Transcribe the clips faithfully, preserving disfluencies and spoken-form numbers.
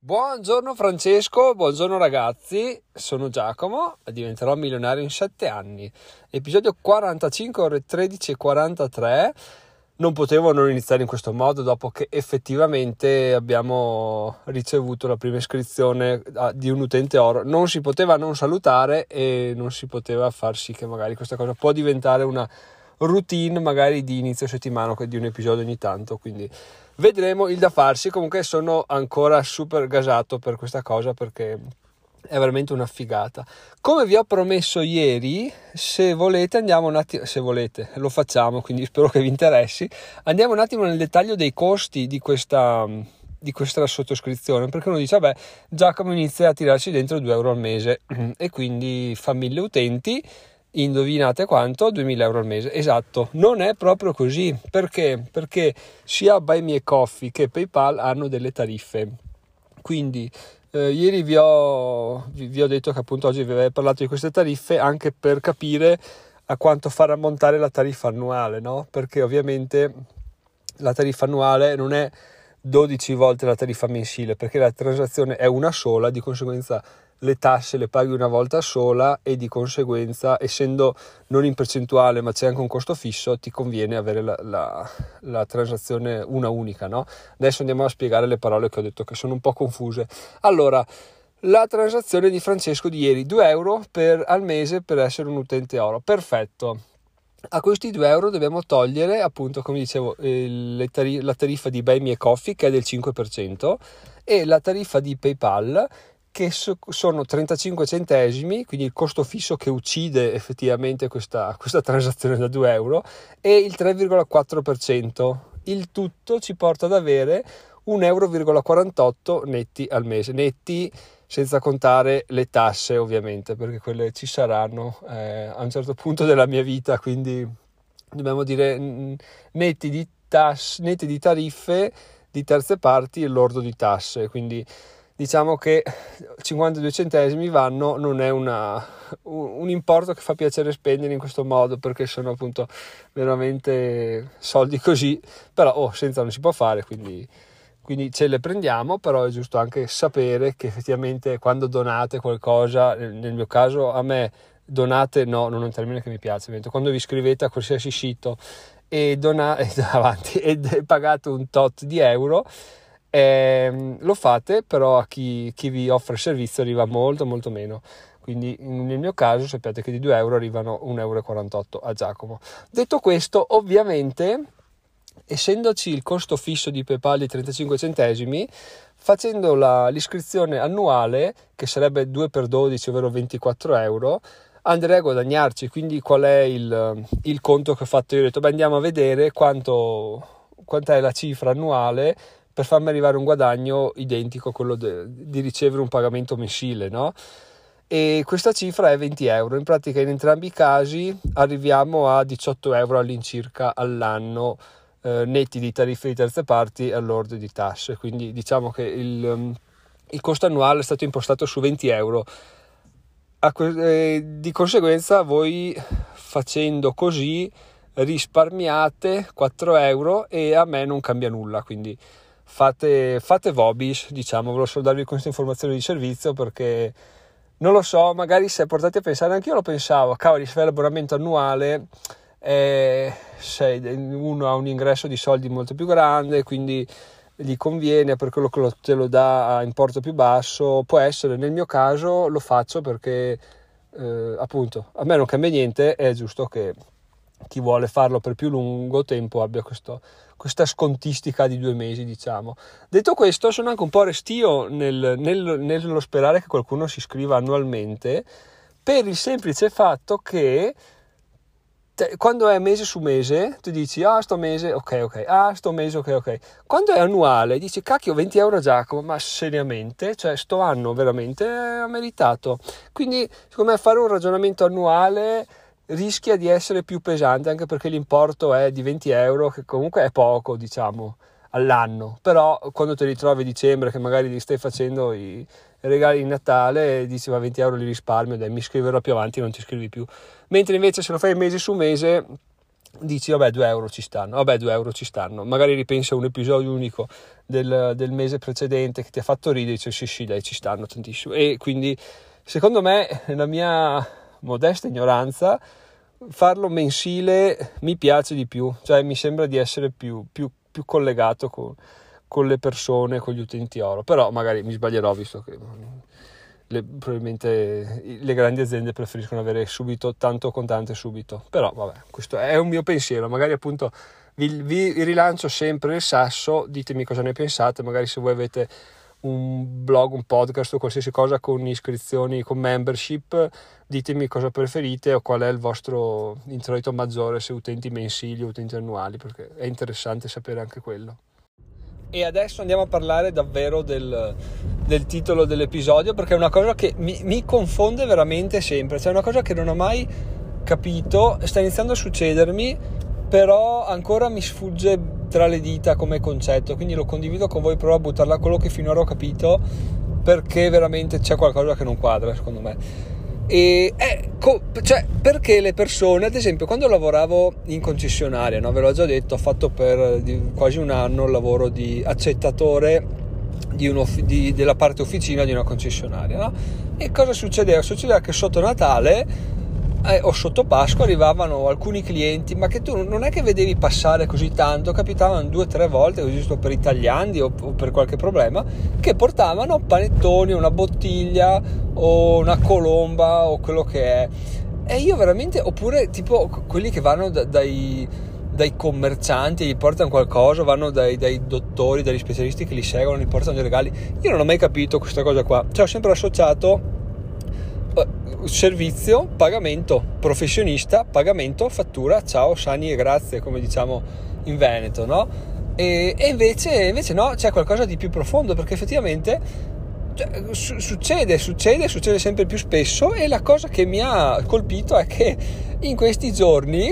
Buongiorno Francesco, buongiorno ragazzi, sono Giacomo, diventerò milionario in sette anni. Episodio quarantacinque, ore tredici e quarantatré. Non potevo non iniziare in questo modo dopo che effettivamente abbiamo ricevuto la prima iscrizione di un utente oro. Non si poteva non salutare e non si poteva far sì che magari questa cosa può diventare una routine magari di inizio settimana o di un episodio ogni tanto, quindi vedremo il da farsi. Comunque sono ancora super gasato per questa cosa perché è veramente una figata. Come vi ho promesso ieri, se volete andiamo un attimo, se volete lo facciamo, quindi spero che vi interessi, andiamo un attimo nel dettaglio dei costi di questa di questa sottoscrizione, perché uno dice vabbè, Giacomo inizia a tirarci dentro due euro al mese e quindi fa mille utenti. Indovinate quanto? duemila euro al mese. Esatto, non è proprio così. Perché? Perché sia Buy Me a Coffee che PayPal hanno delle tariffe. Quindi eh, ieri vi ho, vi, vi ho detto che appunto oggi vi avevo parlato di queste tariffe anche per capire a quanto far ammontare la tariffa annuale, no? Perché ovviamente la tariffa annuale non è dodici volte la tariffa mensile, perché la transazione è una sola, di conseguenza le tasse le paghi una volta sola e di conseguenza, essendo non in percentuale ma c'è anche un costo fisso, ti conviene avere la, la, la transazione una unica, no? Adesso andiamo a spiegare le parole che ho detto che sono un po' confuse. Allora, la transazione di Francesco di ieri, due euro per, al mese per essere un utente oro, perfetto. A questi due euro dobbiamo togliere, appunto, come dicevo, eh, tarif- la tariffa di Buy Me a Coffee, che è del cinque per cento, e la tariffa di PayPal, che so- sono trentacinque centesimi, quindi il costo fisso che uccide effettivamente questa, questa transazione da due euro, e il tre virgola quattro per cento. Il tutto ci porta ad avere un euro virgola quarantotto netti al mese, netti senza contare le tasse ovviamente, perché quelle ci saranno eh, a un certo punto della mia vita, quindi dobbiamo dire mh, netti di tasse, netti di tariffe di terze parti e lordo di tasse, quindi diciamo che cinquantadue centesimi vanno, non è una, un importo che fa piacere spendere in questo modo, perché sono appunto veramente soldi così, però oh, senza non si può fare, quindi quindi ce le prendiamo. Però è giusto anche sapere che effettivamente quando donate qualcosa, nel mio caso a me donate, no, non è un termine che mi piace, quando vi iscrivete a qualsiasi sito e, dona, e, avanti, e pagate un tot di euro, eh, lo fate, però a chi, chi vi offre il servizio arriva molto molto meno. Quindi nel mio caso sappiate che di due euro arrivano un euro e quarantotto a Giacomo. Detto questo, ovviamente, essendoci il costo fisso di PayPal di trentacinque centesimi, facendo la, l'iscrizione annuale, che sarebbe due per dodici, ovvero ventiquattro euro, andrei a guadagnarci. Quindi qual è il, il conto che ho fatto io? Ho detto, beh, andiamo a vedere quanto, quanta è la cifra annuale per farmi arrivare un guadagno identico a quello de, di ricevere un pagamento mensile, no? E questa cifra è venti euro. In pratica in entrambi i casi arriviamo a diciotto euro all'incirca all'anno, eh, netti di tariffe di terze parti e all'ordo di tasse. Quindi diciamo che il, um, il costo annuale è stato impostato su venti euro. A, eh, di conseguenza voi facendo così risparmiate quattro euro e a me non cambia nulla, quindi fate, fate vobis, diciamo. Volevo solo darvi questa informazione di servizio, perché non lo so, magari se portati a pensare, anche io lo pensavo, cavoli, se fai l'abbonamento annuale, eh, sei, uno ha un ingresso di soldi molto più grande, quindi gli conviene per quello che lo, te lo dà a importo più basso. Può essere, nel mio caso lo faccio perché eh, appunto a me non cambia niente, è giusto che chi vuole farlo per più lungo tempo abbia questo, questa scontistica di due mesi, diciamo. Detto questo, sono anche un po' restio nel, nel, nello sperare che qualcuno si iscriva annualmente, per il semplice fatto che te, quando è mese su mese tu dici ah sto mese ok ok, ah sto mese ok ok, quando è annuale dici cacchio, venti euro Giacomo, ma seriamente, cioè sto anno veramente ha meritato. Quindi secondo me fare un ragionamento annuale rischia di essere più pesante, anche perché l'importo è di venti euro, che comunque è poco, diciamo, all'anno. Però quando te li trovi a dicembre, che magari ti stai facendo i regali di Natale, dici ma venti euro li risparmio, dai, mi iscriverò più avanti, non ti iscrivi più. Mentre invece se lo fai mese su mese dici vabbè due euro ci stanno, vabbè due euro ci stanno, magari ripensi a un episodio unico del, del mese precedente che ti ha fatto ridere e dici sì sì dai ci stanno tantissimo. E quindi secondo me, nella mia modesta ignoranza, farlo mensile mi piace di più, cioè mi sembra di essere più, più, più collegato con, con le persone, con gli utenti oro, però magari mi sbaglierò visto che le, probabilmente le grandi aziende preferiscono avere subito tanto contante subito, però vabbè, questo è un mio pensiero, magari appunto vi, vi rilancio sempre il sasso, ditemi cosa ne pensate, magari se voi avete un blog, un podcast o qualsiasi cosa con iscrizioni, con membership, ditemi cosa preferite o qual è il vostro introito maggiore, se utenti mensili o utenti annuali, perché è interessante sapere anche quello. E adesso andiamo a parlare davvero del, del titolo dell'episodio, perché è una cosa che mi, mi confonde veramente sempre, cioè è una cosa che non ho mai capito, sta iniziando a succedermi, però ancora mi sfugge tra le dita come concetto, quindi lo condivido con voi, provo a buttarla a quello che finora ho capito, perché veramente c'è qualcosa che non quadra secondo me. E è, cioè, perché le persone, ad esempio, quando lavoravo in concessionaria, no, ve l'ho già detto, ho fatto per quasi un anno il lavoro di accettatore di uno, di, della parte officina di una concessionaria, no? E cosa succedeva? Succedeva che sotto Natale eh, o sotto Pasqua arrivavano alcuni clienti, ma che tu non è che vedevi passare così tanto, capitavano due o tre volte, così giusto per i tagliandi o, o per qualche problema, che portavano panettoni, una bottiglia o una colomba o quello che è. E io veramente, oppure tipo quelli che vanno da, dai, dai commercianti, gli portano qualcosa, vanno dai, dai dottori, dagli specialisti che li seguono, gli portano dei regali. Io non ho mai capito questa cosa qua, cioè ho sempre associato servizio, pagamento, professionista, pagamento, fattura, ciao, sani e grazie, come diciamo in Veneto, no? E, e invece, invece no, c'è qualcosa di più profondo, perché effettivamente cioè, su- succede, succede, succede sempre più spesso, e la cosa che mi ha colpito è che in questi giorni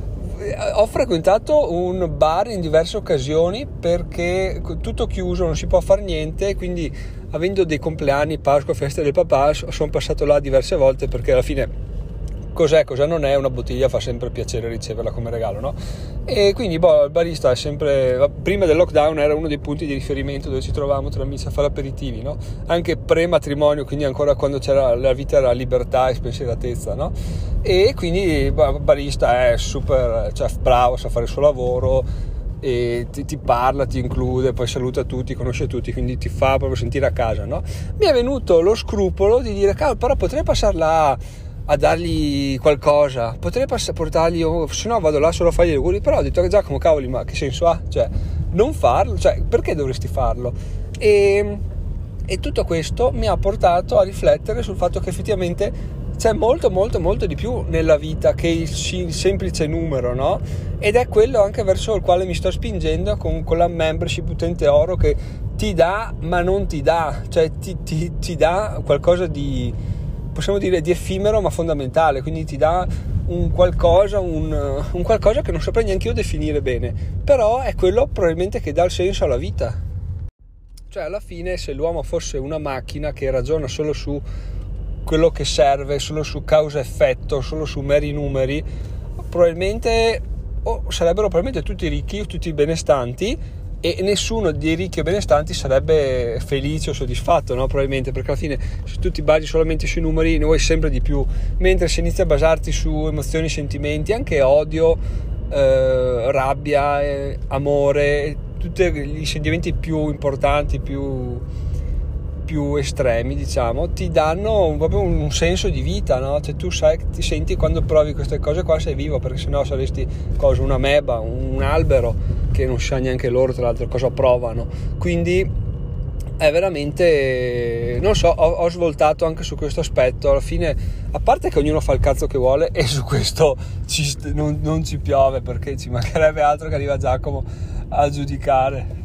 ho frequentato un bar in diverse occasioni, perché tutto chiuso, non si può fare niente, quindi avendo dei compleanni, Pasqua, festa del papà, sono passato là diverse volte, perché alla fine cos'è, cosa non è, una bottiglia fa sempre piacere riceverla come regalo, no? E quindi boh, il barista è sempre, prima del lockdown era uno dei punti di riferimento dove ci trovavamo tra amici a fare aperitivi, no? Anche pre-matrimonio, quindi ancora quando c'era la vita, era libertà e spensieratezza, no? E quindi il barista è super, cioè bravo, sa fare il suo lavoro, e ti, ti parla, ti include, poi saluta tutti, conosce tutti, quindi ti fa proprio sentire a casa, no? Mi è venuto lo scrupolo di dire, cavolo, però potrei passare là a dargli qualcosa, potrei pass- portargli, oh, se no vado là solo a fargli gli auguri, però ho detto, Giacomo, cavoli, ma che senso ha? Cioè, non farlo, cioè, perché dovresti farlo? E, e tutto questo mi ha portato a riflettere sul fatto che effettivamente c'è molto molto molto di più nella vita che il, il semplice numero, no? Ed è quello anche verso il quale mi sto spingendo con, con la membership utente oro, che ti dà ma non ti dà, cioè ti, ti, ti dà qualcosa di, possiamo dire, di effimero ma fondamentale, quindi ti dà un qualcosa, un, un qualcosa che non saprei neanche io definire bene, però è quello probabilmente che dà il senso alla vita. Cioè alla fine, se l'uomo fosse una macchina che ragiona solo su quello che serve, solo su causa-effetto, solo su meri numeri, probabilmente o sarebbero probabilmente tutti ricchi o tutti benestanti, e nessuno dei ricchi o benestanti sarebbe felice o soddisfatto, no? Probabilmente, perché alla fine se tu ti basi solamente sui numeri ne vuoi sempre di più, mentre se inizi a basarti su emozioni, sentimenti, anche odio, eh, rabbia, eh, amore, tutti i sentimenti più importanti, più più estremi, diciamo, ti danno un, proprio un senso di vita, no? Cioè tu sai, ti senti, quando provi queste cose qua sei vivo, perché sennò saresti cosa, una meba, un albero che non sa neanche loro tra l'altro cosa provano. Quindi è veramente, non so, ho, ho svoltato anche su questo aspetto. Alla fine, a parte che ognuno fa il cazzo che vuole, e su questo ci, non, non ci piove, perché ci mancherebbe altro che arriva Giacomo a giudicare.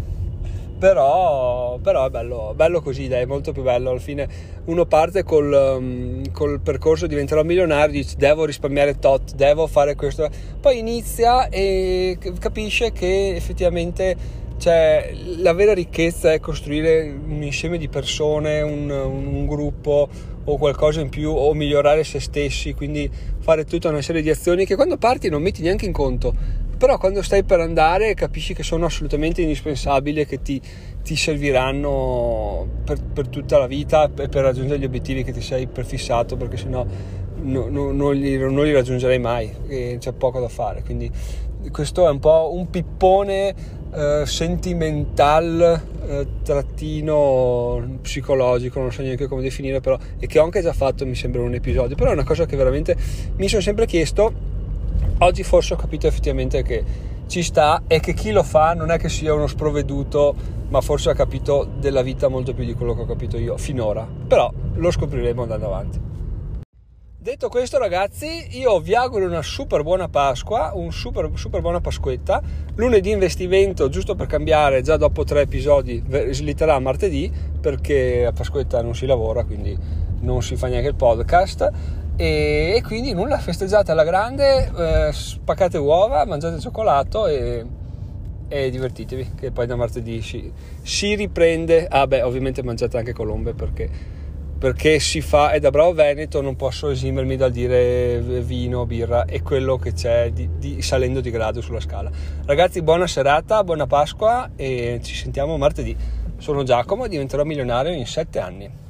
Però, però è bello, bello così, dai, è molto più bello. Alla fine uno parte col, um, col percorso diventerò milionario, dice devo risparmiare tot, devo fare questo, poi inizia e capisce che effettivamente Cioè, la vera ricchezza è costruire un insieme di persone, un, un gruppo o qualcosa in più, o migliorare se stessi, quindi fare tutta una serie di azioni che quando parti non metti neanche in conto, però quando stai per andare capisci che sono assolutamente indispensabili e che ti, ti serviranno per, per tutta la vita e per raggiungere gli obiettivi che ti sei prefissato, perché sennò no, no, non, li, non li raggiungerai mai e c'è poco da fare. Quindi questo è un po' un pippone eh, sentimental eh, trattino psicologico, non so neanche come definire, però, e che ho anche già fatto, mi sembra, un episodio, però è una cosa che veramente mi sono sempre chiesto. Oggi forse ho capito effettivamente che ci sta e che chi lo fa non è che sia uno sprovveduto, ma forse ha capito della vita molto più di quello che ho capito io finora, però lo scopriremo andando avanti. Detto questo, ragazzi, io vi auguro una super buona Pasqua, un super, super buona Pasquetta. Lunedì investimento, giusto per cambiare, già dopo tre episodi slitterà a martedì, perché a Pasquetta non si lavora, quindi non si fa neanche il podcast. E, e quindi nulla, festeggiate alla grande, eh, spaccate uova, mangiate cioccolato e, e divertitevi, che poi da martedì si, si riprende. Ah beh, ovviamente mangiate anche colombe, perché perché si fa, e da bravo veneto non posso esimermi dal dire vino, birra e quello che c'è di, di, salendo di grado sulla scala. Ragazzi, buona serata, buona Pasqua e ci sentiamo martedì. Sono Giacomo e diventerò milionario in sette anni.